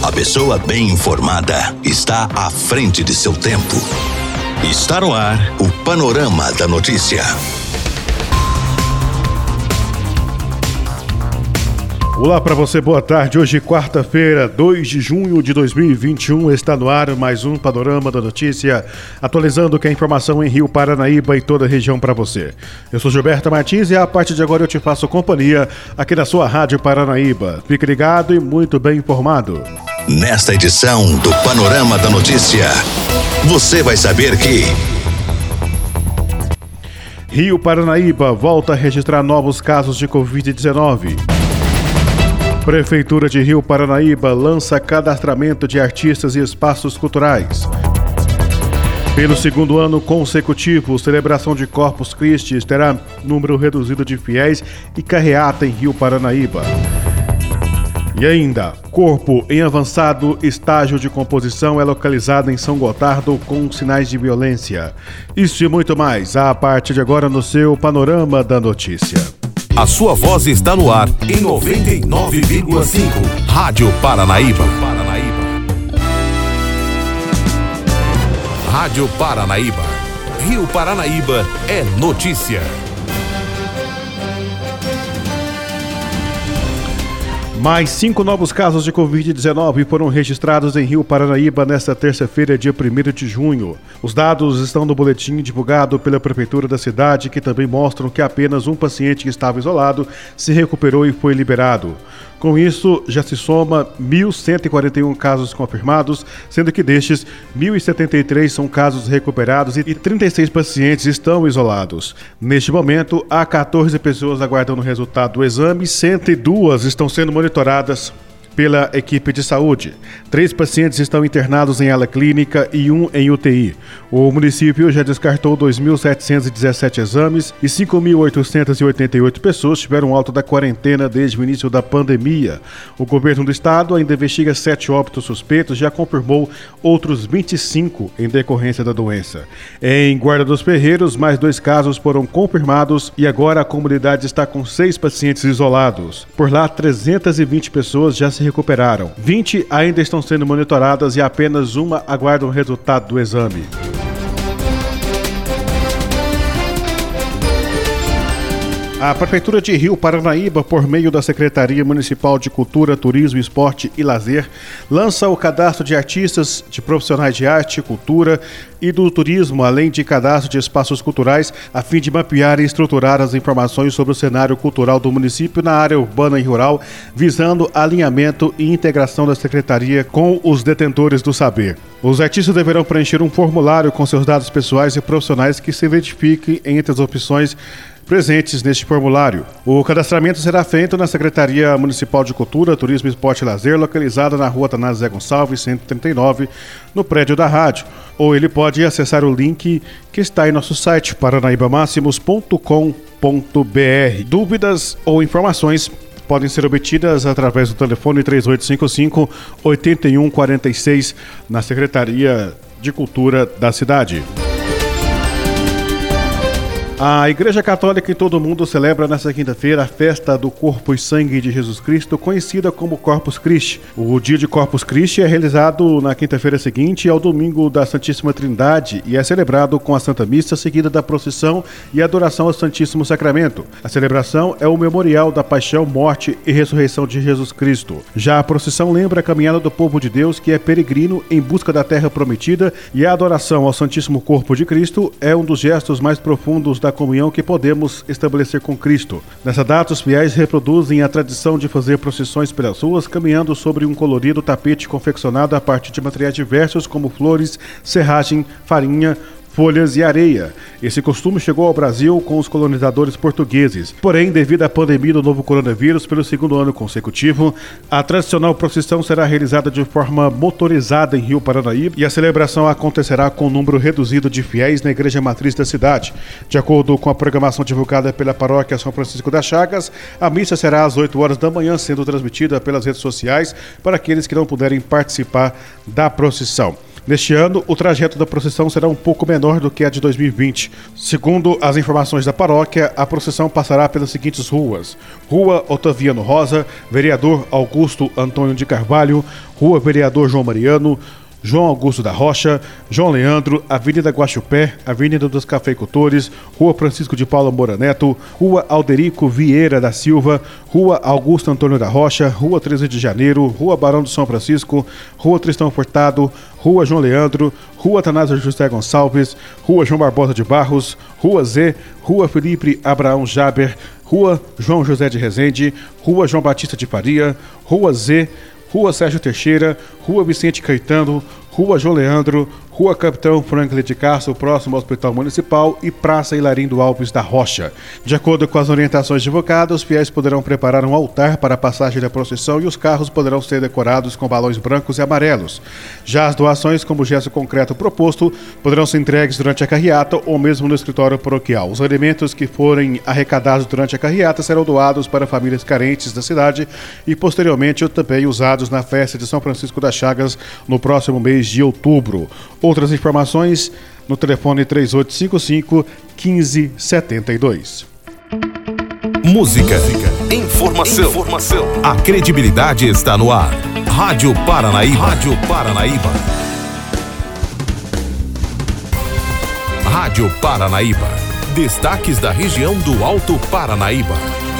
A pessoa bem informada está à frente de seu tempo. Está no ar o Panorama da Notícia. Olá para você, boa tarde. Hoje, quarta-feira, 2 de junho de 2021, está no ar mais um Panorama da Notícia, atualizando que a informação em Rio Paranaíba e toda a região para você. Eu sou Gilberto Martins e a partir de agora eu te faço companhia aqui na sua Rádio Paranaíba. Fique ligado e muito bem informado. Nesta edição do Panorama da Notícia, você vai saber que Rio Paranaíba volta a registrar novos casos de Covid-19. Prefeitura de Rio Paranaíba lança cadastramento de artistas e espaços culturais. Pelo segundo ano consecutivo, celebração de Corpus Christi terá número reduzido de fiéis e carreata em Rio Paranaíba. E ainda, corpo em avançado estágio de composição é localizado em São Gotardo com sinais de violência. Isso e muito mais, a partir de agora no seu Panorama da Notícia. A sua voz está no ar em 99,5. Rádio Paranaíba. Rádio Paranaíba. Rio Paranaíba é notícia. Mais 5 novos casos de Covid-19 foram registrados em Rio Paranaíba nesta terça-feira, dia 1º de junho. Os dados estão no boletim divulgado pela Prefeitura da cidade, que também mostram que apenas um paciente que estava isolado se recuperou e foi liberado. Com isso, já se soma 1.141 casos confirmados, sendo que destes, 1.073 são casos recuperados e 36 pacientes estão isolados. Neste momento, há 14 pessoas aguardando o resultado do exame, 102 estão sendo monitoradas pela equipe de saúde. 3 pacientes estão internados em ala clínica e 1 em UTI. O município já descartou 2.717 exames e 5.888 pessoas tiveram alta da quarentena desde o início da pandemia. O governo do estado ainda investiga 7 óbitos suspeitos e já confirmou outros 25 em decorrência da doença. Em Guarda dos Ferreiros, mais 2 casos foram confirmados e agora a comunidade está com 6 pacientes isolados. Por lá, 320 pessoas já se recuperaram. 20 ainda estão sendo monitoradas e apenas uma aguarda o resultado do exame. A Prefeitura de Rio Paranaíba, por meio da Secretaria Municipal de Cultura, Turismo, Esporte e Lazer, lança o cadastro de artistas, de profissionais de arte, cultura e do turismo, além de cadastro de espaços culturais, a fim de mapear e estruturar as informações sobre o cenário cultural do município na área urbana e rural, visando alinhamento e integração da Secretaria com os detentores do saber. Os artistas deverão preencher um formulário com seus dados pessoais e profissionais que se identifiquem entre as opções presentes neste formulário. O cadastramento será feito na Secretaria Municipal de Cultura, Turismo, Esporte e Lazer, localizada na Rua Atanásio Zé Gonçalves, 139, no prédio da rádio. Ou ele pode acessar o link que está em nosso site, paranaibamáximos.com.br. Dúvidas ou informações podem ser obtidas através do telefone 3855-8146 na Secretaria de Cultura da cidade. A Igreja Católica em todo o mundo celebra nesta quinta-feira a festa do Corpo e Sangue de Jesus Cristo, conhecida como Corpus Christi. O dia de Corpus Christi é realizado na quinta-feira seguinte ao domingo da Santíssima Trindade e é celebrado com a Santa Missa, seguida da procissão e adoração ao Santíssimo Sacramento. A celebração é o memorial da paixão, morte e ressurreição de Jesus Cristo. Já a procissão lembra a caminhada do povo de Deus que é peregrino em busca da terra prometida, e a adoração ao Santíssimo Corpo de Cristo é um dos gestos mais profundos da comunhão que podemos estabelecer com Cristo. Nessa data, os fiéis reproduzem a tradição de fazer procissões pelas ruas, caminhando sobre um colorido tapete confeccionado a partir de materiais diversos como flores, serragem, farinha, folhas e areia. Esse costume chegou ao Brasil com os colonizadores portugueses. Porém, devido à pandemia do novo coronavírus, pelo segundo ano consecutivo, a tradicional procissão será realizada de forma motorizada em Rio Paranaíba e a celebração acontecerá com um número reduzido de fiéis na igreja matriz da cidade. De acordo com a programação divulgada pela paróquia São Francisco das Chagas, a missa será às 8 horas da manhã, sendo transmitida pelas redes sociais para aqueles que não puderem participar da procissão. Neste ano, o trajeto da procissão será um pouco menor do que a de 2020. Segundo as informações da paróquia, a procissão passará pelas seguintes ruas: Rua Otaviano Rosa, Vereador Augusto Antônio de Carvalho, Rua Vereador João Mariano, João Augusto da Rocha, João Leandro, Avenida Guaxupé, Avenida dos Cafeicultores, Rua Francisco de Paula Moura Neto, Rua Alderico Vieira da Silva, Rua Augusto Antônio da Rocha, Rua 13 de Janeiro, Rua Barão do São Francisco, Rua Tristão Furtado, Rua João Leandro, Rua Atanásio José Gonçalves, Rua João Barbosa de Barros, Rua Z, Rua Felipe Abraão Jaber, Rua João José de Rezende, Rua João Batista de Faria, Rua Z, Rua Sérgio Teixeira, Rua Vicente Caetano, Rua João Leandro, Rua Capitão Franklin de Castro, próximo ao Hospital Municipal, e Praça Hilarindo Alves da Rocha. De acordo com as orientações divulgadas, os fiéis poderão preparar um altar para a passagem da procissão e os carros poderão ser decorados com balões brancos e amarelos. Já as doações, como gesto concreto proposto, poderão ser entregues durante a carreata ou mesmo no escritório paroquial. Os alimentos que forem arrecadados durante a carreata serão doados para famílias carentes da cidade e posteriormente também usados na festa de São Francisco das Chagas no próximo mês de outubro. Outras informações no telefone 3855-1572. Música, informação. A credibilidade está no ar. Rádio Paranaíba. Rádio Paranaíba. Destaques da região do Alto Paranaíba.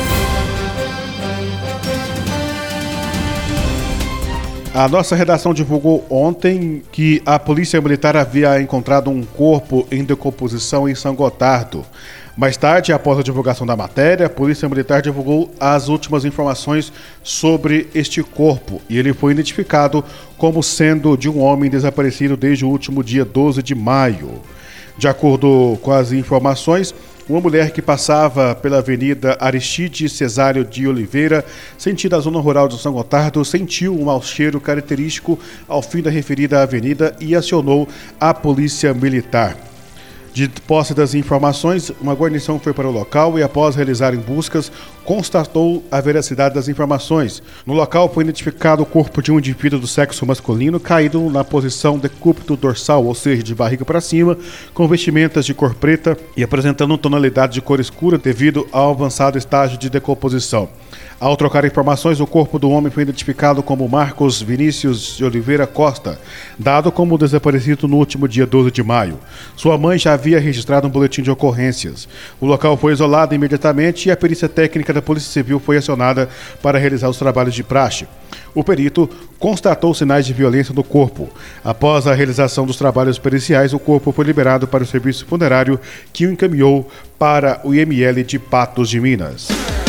A nossa redação divulgou ontem que a Polícia Militar havia encontrado um corpo em decomposição em São Gotardo. Mais tarde, após a divulgação da matéria, a Polícia Militar divulgou as últimas informações sobre este corpo e ele foi identificado como sendo de um homem desaparecido desde o último dia 12 de maio. De acordo com as informações, uma mulher que passava pela Avenida Aristide Cesário de Oliveira, sentido a zona rural de São Gotardo, sentiu um mau cheiro característico ao fim da referida avenida e acionou a Polícia Militar. De posse das informações, uma guarnição foi para o local e, após realizarem buscas, constatou a veracidade das informações. No local foi identificado o corpo de um indivíduo do sexo masculino caído na posição decúbito dorsal, ou seja, de barriga para cima, com vestimentas de cor preta e apresentando tonalidade de cor escura devido ao avançado estágio de decomposição. Ao trocar informações, o corpo do homem foi identificado como Marcos Vinícius de Oliveira Costa, dado como desaparecido no último dia 12 de maio. Sua mãe já havia registrado um boletim de ocorrências. O local foi isolado imediatamente e a perícia técnica da Polícia Civil foi acionada para realizar os trabalhos de praxe. O perito constatou sinais de violência no corpo. Após a realização dos trabalhos periciais, o corpo foi liberado para o serviço funerário, que o encaminhou para o IML de Patos de Minas.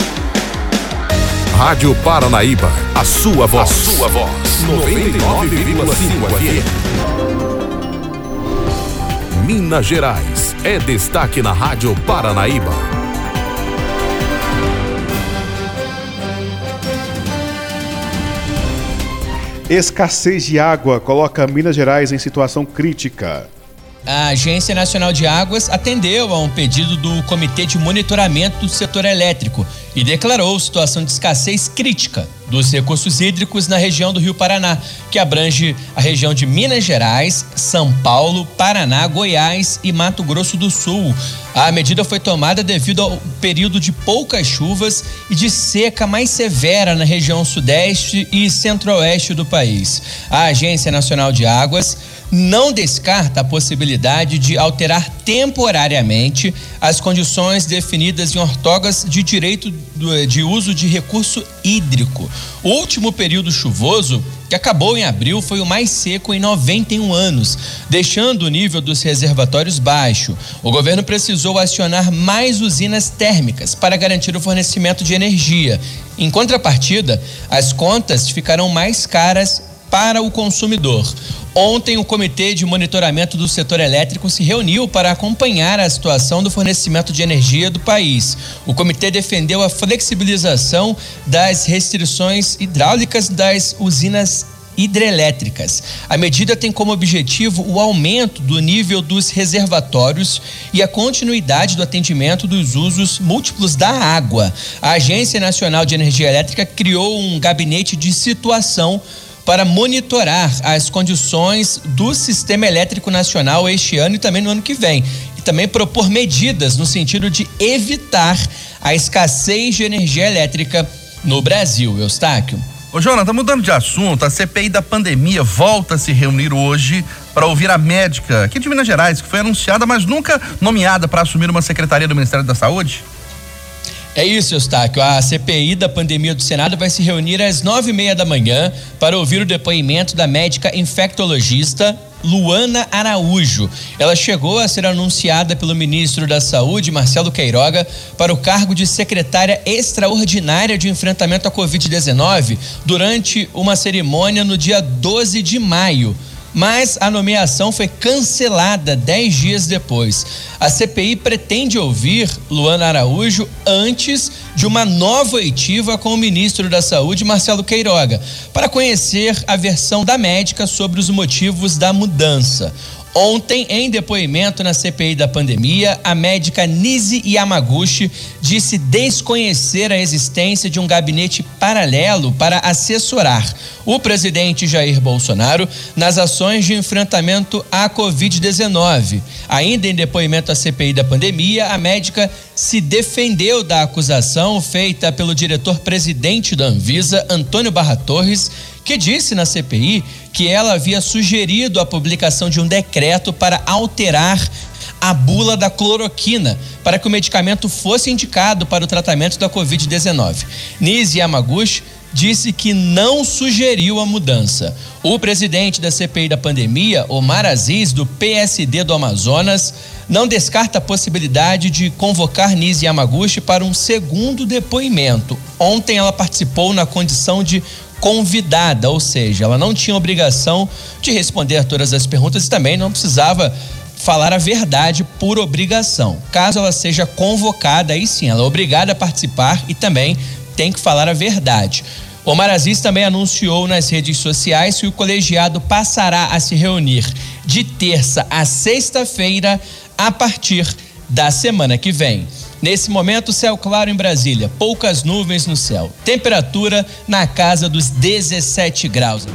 Rádio Paranaíba, a sua voz. 99,5 FM. Minas Gerais é destaque na Rádio Paranaíba. Escassez de água coloca Minas Gerais em situação crítica. A Agência Nacional de Águas atendeu a um pedido do Comitê de Monitoramento do Setor Elétrico e declarou situação de escassez crítica dos recursos hídricos na região do Rio Paraná, que abrange a região de Minas Gerais, São Paulo, Paraná, Goiás e Mato Grosso do Sul. A medida foi tomada devido ao período de poucas chuvas e de seca mais severa na região sudeste e centro-oeste do país. A Agência Nacional de Águas não descarta a possibilidade de alterar temporariamente as condições definidas em ortogas de direito de uso de recurso hídrico. O último período chuvoso, que acabou em abril, foi o mais seco em 91 anos, deixando o nível dos reservatórios baixo. O governo precisou acionar mais usinas térmicas para garantir o fornecimento de energia. Em contrapartida, as contas ficarão mais caras para o consumidor. Ontem, o Comitê de Monitoramento do Setor Elétrico se reuniu para acompanhar a situação do fornecimento de energia do país. O comitê defendeu a flexibilização das restrições hidráulicas das usinas hidrelétricas. A medida tem como objetivo o aumento do nível dos reservatórios e a continuidade do atendimento dos usos múltiplos da água. A Agência Nacional de Energia Elétrica criou um gabinete de situação para monitorar as condições do sistema elétrico nacional este ano e também no ano que vem. E também propor medidas no sentido de evitar a escassez de energia elétrica no Brasil. Eustáquio. Ô, Jonathan, mudando de assunto, a CPI da pandemia volta a se reunir hoje para ouvir a médica aqui de Minas Gerais, que foi anunciada, mas nunca nomeada para assumir uma secretaria do Ministério da Saúde. É isso, Eustáquio. A CPI da pandemia do Senado vai se reunir às 9h30 da manhã para ouvir o depoimento da médica infectologista Luana Araújo. Ela chegou a ser anunciada pelo ministro da Saúde, Marcelo Queiroga, para o cargo de secretária extraordinária de enfrentamento à Covid-19 durante uma cerimônia no dia 12 de maio. Mas a nomeação foi cancelada 10 dias depois. A CPI pretende ouvir Luana Araújo antes de uma nova oitiva com o ministro da Saúde, Marcelo Queiroga, para conhecer a versão da médica sobre os motivos da mudança. Ontem, em depoimento na CPI da pandemia, a médica Nise Yamaguchi disse desconhecer a existência de um gabinete paralelo para assessorar o presidente Jair Bolsonaro nas ações de enfrentamento à Covid-19. Ainda em depoimento à CPI da pandemia, a médica se defendeu da acusação feita pelo diretor-presidente da Anvisa, Antônio Barra Torres, que disse na CPI que ela havia sugerido a publicação de um decreto para alterar a bula da cloroquina para que o medicamento fosse indicado para o tratamento da Covid-19. Nise Yamaguchi disse que não sugeriu a mudança. O presidente da CPI da pandemia, Omar Aziz, do PSD do Amazonas, não descarta a possibilidade de convocar Nise Yamaguchi para um segundo depoimento. Ontem ela participou na condição de convidada, ou seja, ela não tinha obrigação de responder a todas as perguntas e também não precisava falar a verdade por obrigação. Caso ela seja convocada, aí sim, ela é obrigada a participar e também tem que falar a verdade. Omar Aziz também anunciou nas redes sociais que o colegiado passará a se reunir de terça a sexta-feira a partir da semana que vem. Nesse momento, céu claro em Brasília, poucas nuvens no céu. Temperatura na casa dos 17 graus.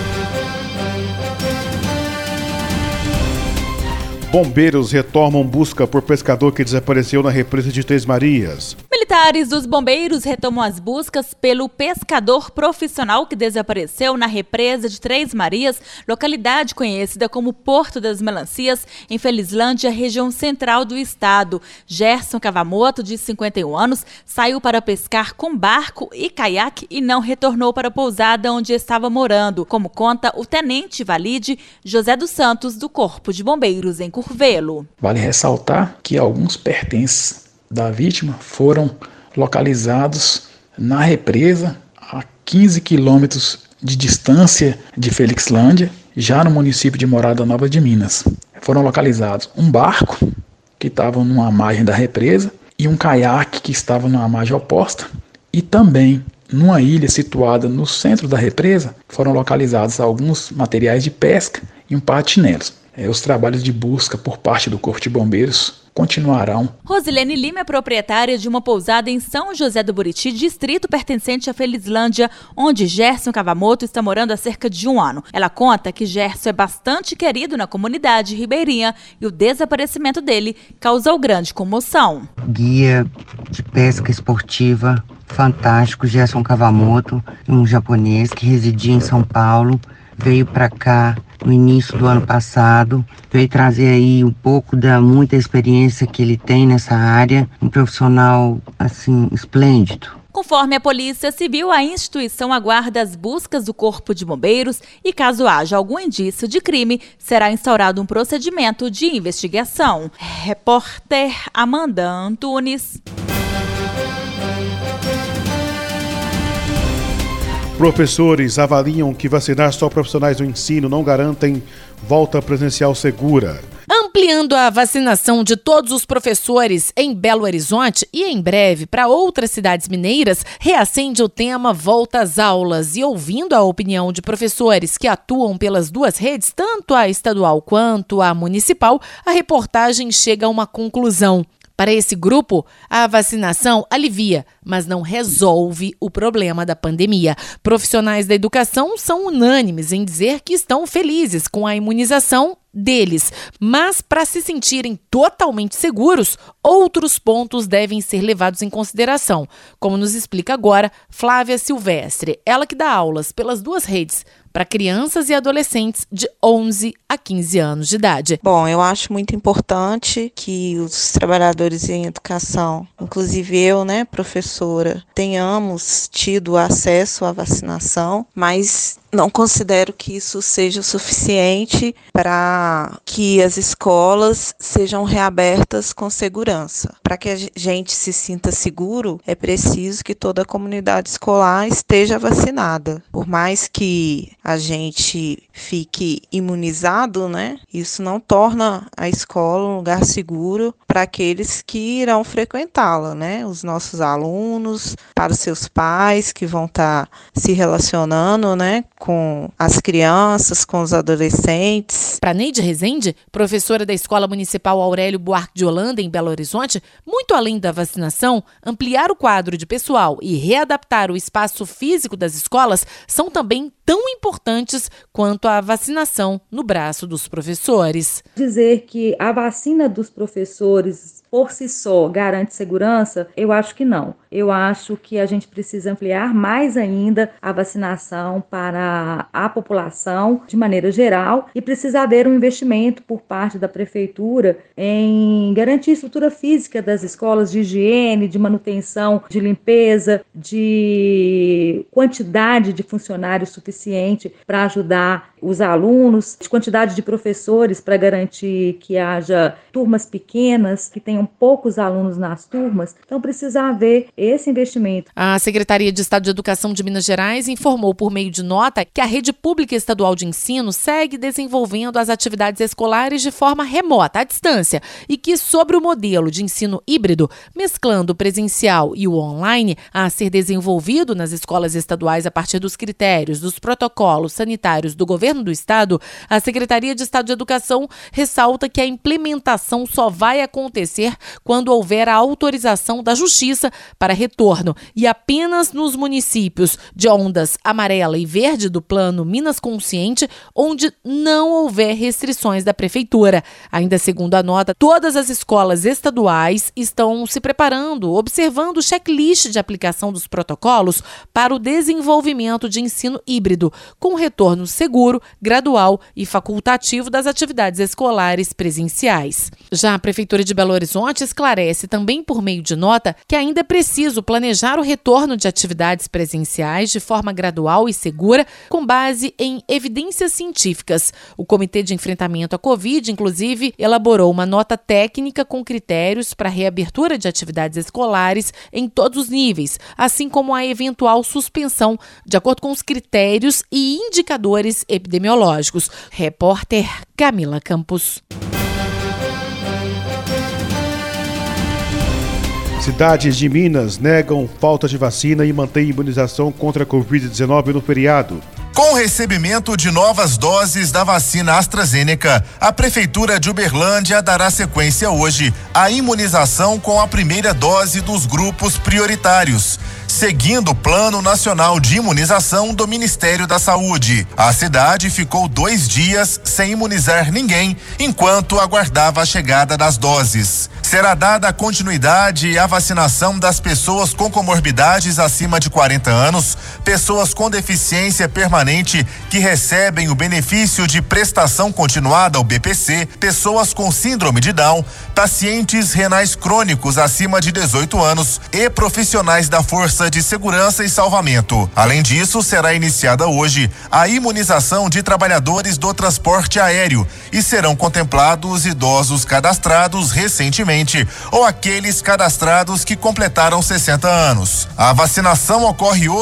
Bombeiros retomam busca por pescador que desapareceu na represa de Três Marias. Militares dos bombeiros retomam as buscas pelo pescador profissional que desapareceu na represa de Três Marias, localidade conhecida como Porto das Melancias, em Felizlândia, região central do estado. Gerson Cavamoto, de 51 anos, saiu para pescar com barco e caiaque e não retornou para a pousada onde estava morando, como conta o tenente Valide José dos Santos, do Corpo de Bombeiros em Curvelo. Vale ressaltar que alguns pertences da vítima foram localizados na represa a 15 quilômetros de distância de Felixlândia, já no município de Morada Nova de Minas. Foram localizados um barco que estava numa margem da represa e um caiaque que estava numa margem oposta, e também numa ilha situada no centro da represa foram localizados alguns materiais de pesca e um par de chinelos. Os trabalhos de busca por parte do Corpo de Bombeiros continuarão. Rosilene Lima é proprietária de uma pousada em São José do Buriti, distrito pertencente a Felizlândia, onde Gerson Cavamoto está morando há cerca de 1 ano. Ela conta que Gerson é bastante querido na comunidade ribeirinha e o desaparecimento dele causou grande comoção. Guia de pesca esportiva fantástico, Gerson Cavamoto, um japonês que residia em São Paulo, veio para cá no início do ano passado, veio trazer aí um pouco da muita experiência que ele tem nessa área, um profissional, assim, esplêndido. Conforme a Polícia Civil, a instituição aguarda as buscas do Corpo de Bombeiros e, caso haja algum indício de crime, será instaurado um procedimento de investigação. Repórter Amanda Antunes. Professores avaliam que vacinar só profissionais do ensino não garantem volta presencial segura. Ampliando a vacinação de todos os professores em Belo Horizonte e em breve para outras cidades mineiras, reacende o tema Volta às Aulas. E ouvindo a opinião de professores que atuam pelas duas redes, tanto a estadual quanto a municipal, a reportagem chega a uma conclusão. Para esse grupo, a vacinação alivia, mas não resolve o problema da pandemia. Profissionais da educação são unânimes em dizer que estão felizes com a imunização deles, mas para se sentirem totalmente seguros, outros pontos devem ser levados em consideração, como nos explica agora Flávia Silvestre, ela que dá aulas pelas duas redes para crianças e adolescentes de 11 a 15 anos de idade. Bom, eu acho muito importante que os trabalhadores em educação, inclusive eu, professora, tenhamos tido acesso à vacinação, mas não considero que isso seja o suficiente para que as escolas sejam reabertas com segurança. Para que a gente se sinta seguro, é preciso que toda a comunidade escolar esteja vacinada. Por mais que a gente fique imunizado, isso não torna a escola um lugar seguro para aqueles que irão frequentá-la, os nossos alunos, para os seus pais que vão estar se relacionando, com as crianças, com os adolescentes. Para Neide Rezende, professora da Escola Municipal Aurélio Buarque de Holanda, em Belo Horizonte, muito além da vacinação, ampliar o quadro de pessoal e readaptar o espaço físico das escolas são também tão importantes quanto a vacinação no braço dos professores. Dizer que a vacina dos professores por si só garante segurança, eu acho que não. Eu acho que a gente precisa ampliar mais ainda a vacinação para a população de maneira geral e precisa haver um investimento por parte da prefeitura em garantir a estrutura física das escolas, de higiene, de manutenção, de limpeza, de quantidade de funcionários suficiente para ajudar os alunos, de quantidade de professores para garantir que haja turmas pequenas, que tenham poucos alunos nas turmas. Então precisa haver esse investimento. A Secretaria de Estado de Educação de Minas Gerais informou por meio de nota que a rede pública estadual de ensino segue desenvolvendo as atividades escolares de forma remota, à distância, e que sobre o modelo de ensino híbrido, mesclando o presencial e o online, a ser desenvolvido nas escolas estaduais a partir dos critérios dos protocolos sanitários do governo do estado, a Secretaria de Estado de Educação ressalta que a implementação só vai acontecer quando houver a autorização da Justiça para retorno e apenas nos municípios de ondas amarela e verde do Plano Minas Consciente, onde não houver restrições da Prefeitura. Ainda segundo a nota, todas as escolas estaduais estão se preparando, observando o checklist de aplicação dos protocolos para o desenvolvimento de ensino híbrido, com retorno seguro, gradual e facultativo das atividades escolares presenciais. Já a Prefeitura de Belo Horizonte esclarece também por meio de nota que ainda é preciso planejar o retorno de atividades presenciais de forma gradual e segura, com base em evidências científicas. O Comitê de Enfrentamento à Covid, inclusive, elaborou uma nota técnica com critérios para a reabertura de atividades escolares em todos os níveis, assim como a eventual suspensão, de acordo com os critérios e indicadores epidemiológicos. Repórter Camila Campos. Cidades de Minas negam falta de vacina e mantêm imunização contra a Covid-19 no feriado. Com o recebimento de novas doses da vacina AstraZeneca, a Prefeitura de Uberlândia dará sequência hoje à imunização com a primeira dose dos grupos prioritários, seguindo o Plano Nacional de Imunização do Ministério da Saúde. A cidade ficou 2 dias sem imunizar ninguém, enquanto aguardava a chegada das doses. Será dada continuidade à vacinação das pessoas com comorbidades acima de 40 anos, pessoas com deficiência permanente que recebem o benefício de prestação continuada, o BPC, pessoas com síndrome de Down, pacientes renais crônicos acima de 18 anos e profissionais da Força de Segurança e Salvamento. Além disso, será iniciada hoje a imunização de trabalhadores do transporte aéreo e serão contemplados idosos cadastrados recentemente ou aqueles cadastrados que completaram 60 anos. A vacinação ocorre hoje, quarta-feira,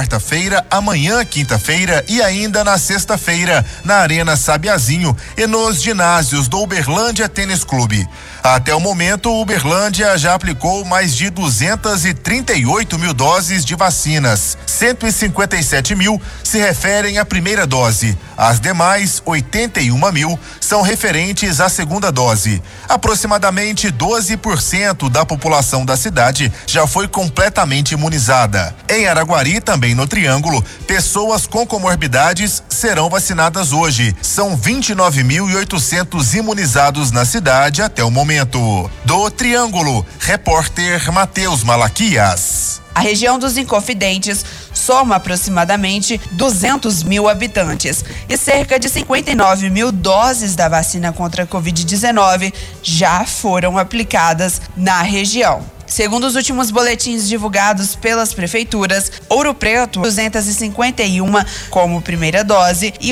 quarta-feira, amanhã, quinta-feira e ainda na sexta-feira, na Arena Sabiazinho e nos ginásios do Uberlândia Tênis Clube. Até o momento, o Uberlândia já aplicou mais de 238 mil doses de vacinas. 157 mil se referem à primeira dose. As demais, 81 mil, são referentes à segunda dose. Aproximadamente 12% da população da cidade já foi completamente imunizada. Em Araguari, também no Triângulo, pessoas com comorbidades serão vacinadas hoje. São 29.800 imunizados na cidade até o momento. Do Triângulo, repórter Matheus Malaquias. A região dos Inconfidentes soma aproximadamente 200 mil habitantes e cerca de 59 mil doses da vacina contra a Covid-19 já foram aplicadas na região. Segundo os últimos boletins divulgados pelas prefeituras, Ouro Preto, 251 como primeira dose e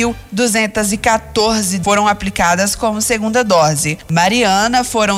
8.214 foram aplicadas como segunda dose. Mariana foram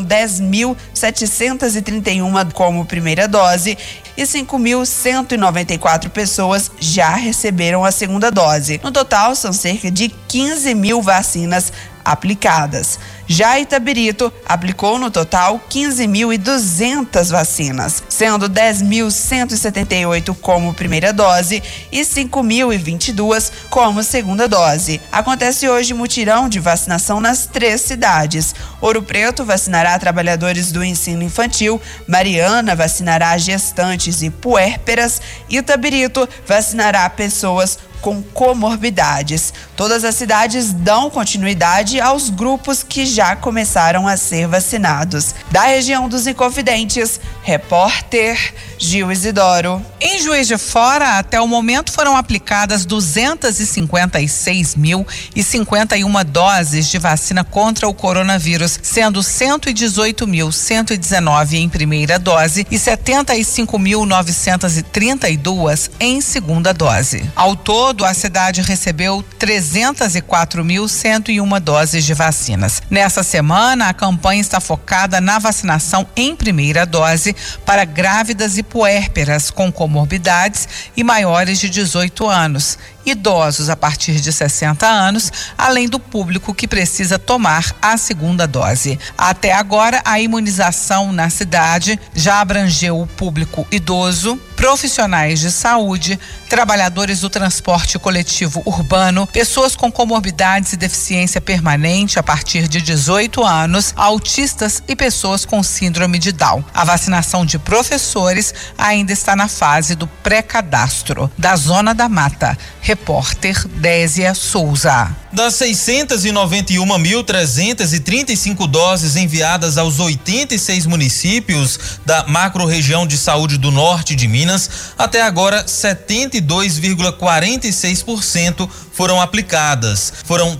10.731 como primeira dose e 5.194 pessoas já receberam a segunda dose. No total, são cerca de 15 mil vacinas aplicadas. Já Itabirito aplicou no total 15.200 vacinas, sendo 10.178 como primeira dose e 5.022 como segunda dose. Acontece hoje mutirão de vacinação nas 3 cidades. Ouro Preto vacinará trabalhadores do ensino infantil, Mariana vacinará gestantes e puérperas, Itabirito vacinará pessoas com comorbidades. Todas as cidades dão continuidade aos grupos que já começaram a ser vacinados. Da região dos Inconfidentes, repórter Gil Isidoro. Em Juiz de Fora, até o momento foram aplicadas 256.051 doses de vacina contra o coronavírus, sendo 118.119 em primeira dose e 75.932 em segunda dose. Ao todo, a cidade recebeu 304.101 doses de vacinas. Nessa semana, a campanha está focada na vacinação em primeira dose para grávidas e puérperas com comorbidades e maiores de 18 anos, idosos a partir de 60 anos, além do público que precisa tomar a segunda dose. Até agora, a imunização na cidade já abrangeu o público idoso, profissionais de saúde, trabalhadores do transporte coletivo urbano, pessoas com comorbidades e deficiência permanente a partir de 18 anos, autistas e pessoas com síndrome de Down. A vacinação de professores ainda está na fase do pré-cadastro. Da Zona da Mata, repórter Désia Souza. Das 691.335 doses enviadas aos 86 municípios da macro-região de saúde do norte de Minas, até agora 72,46% foram aplicadas. Foram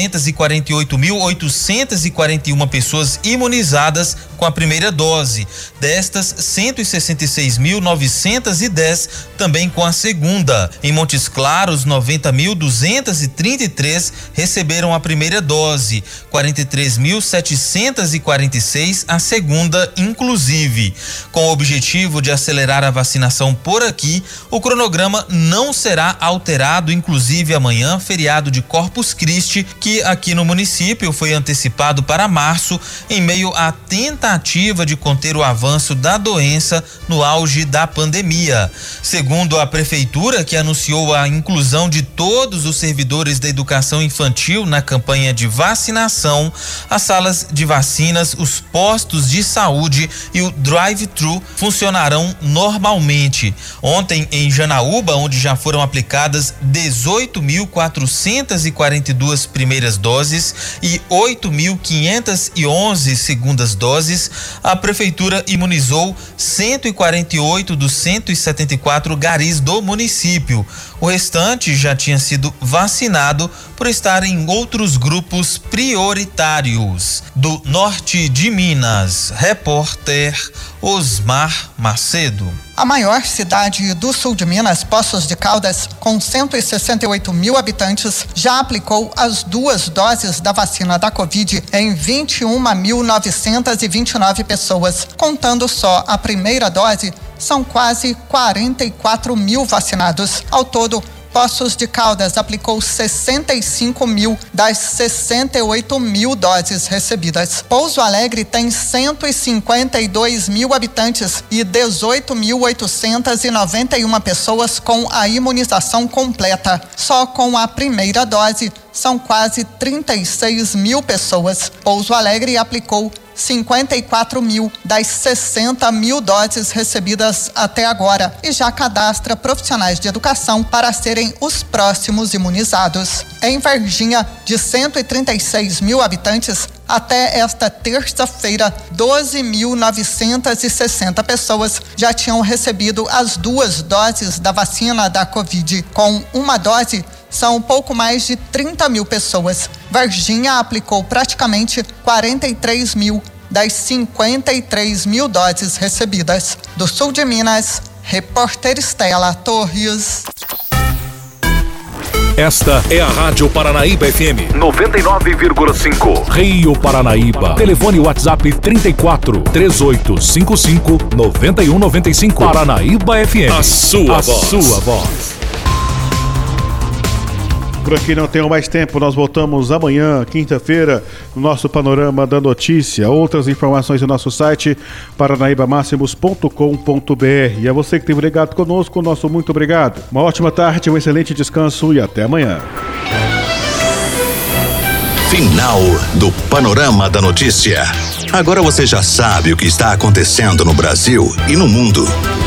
348.841 pessoas imunizadas com a primeira dose. Destas, 166.910 também com a segunda. Em Montes Claros, 90.233 receberam a primeira dose, 43.746 a segunda, inclusive. Com o objetivo de acelerar a vacinação por aqui, o cronograma não será alterado, inclusive amanhã, feriado de Corpus Christi, que aqui no município foi antecipado para março, em meio à tentativa de conter o avanço da doença no auge da pandemia. Segundo a prefeitura, que anunciou a inclusão de todos os servidores da educação infantil na campanha de vacinação, as salas de vacinas, os postos de saúde e o drive-thru funcionarão normalmente. Ontem, em Janaúba, onde já foram aplicadas 18.442 primeiras doses e 8.511 segundas doses, a prefeitura imunizou 148 dos 174 garis do município. O restante já tinha sido vacinado por estar em outros grupos prioritários. Do norte de Minas, repórter Osmar Macedo. A maior cidade do sul de Minas, Poços de Caldas, com 168 mil habitantes, já aplicou as 2 doses da vacina da Covid em 21.929 pessoas. Contando só a primeira dose, são quase 44 mil vacinados. Ao todo, Poços de Caldas aplicou 65 mil das 68 mil doses recebidas. Pouso Alegre tem 152 mil habitantes e 18.891 pessoas com a imunização completa. Só com a primeira dose são quase 36 mil pessoas. Pouso Alegre aplicou 54 mil das 60 mil doses recebidas até agora e já cadastra profissionais de educação para serem os próximos imunizados. Em Varginha, de 136 mil habitantes, até esta terça-feira, 12.960 pessoas já tinham recebido as 2 doses da vacina da Covid. Com uma dose, são pouco mais de 30 mil pessoas. Varginha aplicou praticamente 43 mil das 53 mil doses recebidas. Do sul de Minas, repórter Estela Torres. Esta é a Rádio Paranaíba FM 99,5. Rio Paranaíba. Telefone WhatsApp 34 3855 9195. Paranaíba FM. A sua voz. Por aqui não tenho mais tempo, nós voltamos amanhã, quinta-feira, no nosso Panorama da Notícia. Outras informações no nosso site, paranaibamáximos.com.br. E a você que esteve ligado conosco, nosso muito obrigado. Uma ótima tarde, um excelente descanso e até amanhã. Final do Panorama da Notícia. Agora você já sabe o que está acontecendo no Brasil e no mundo.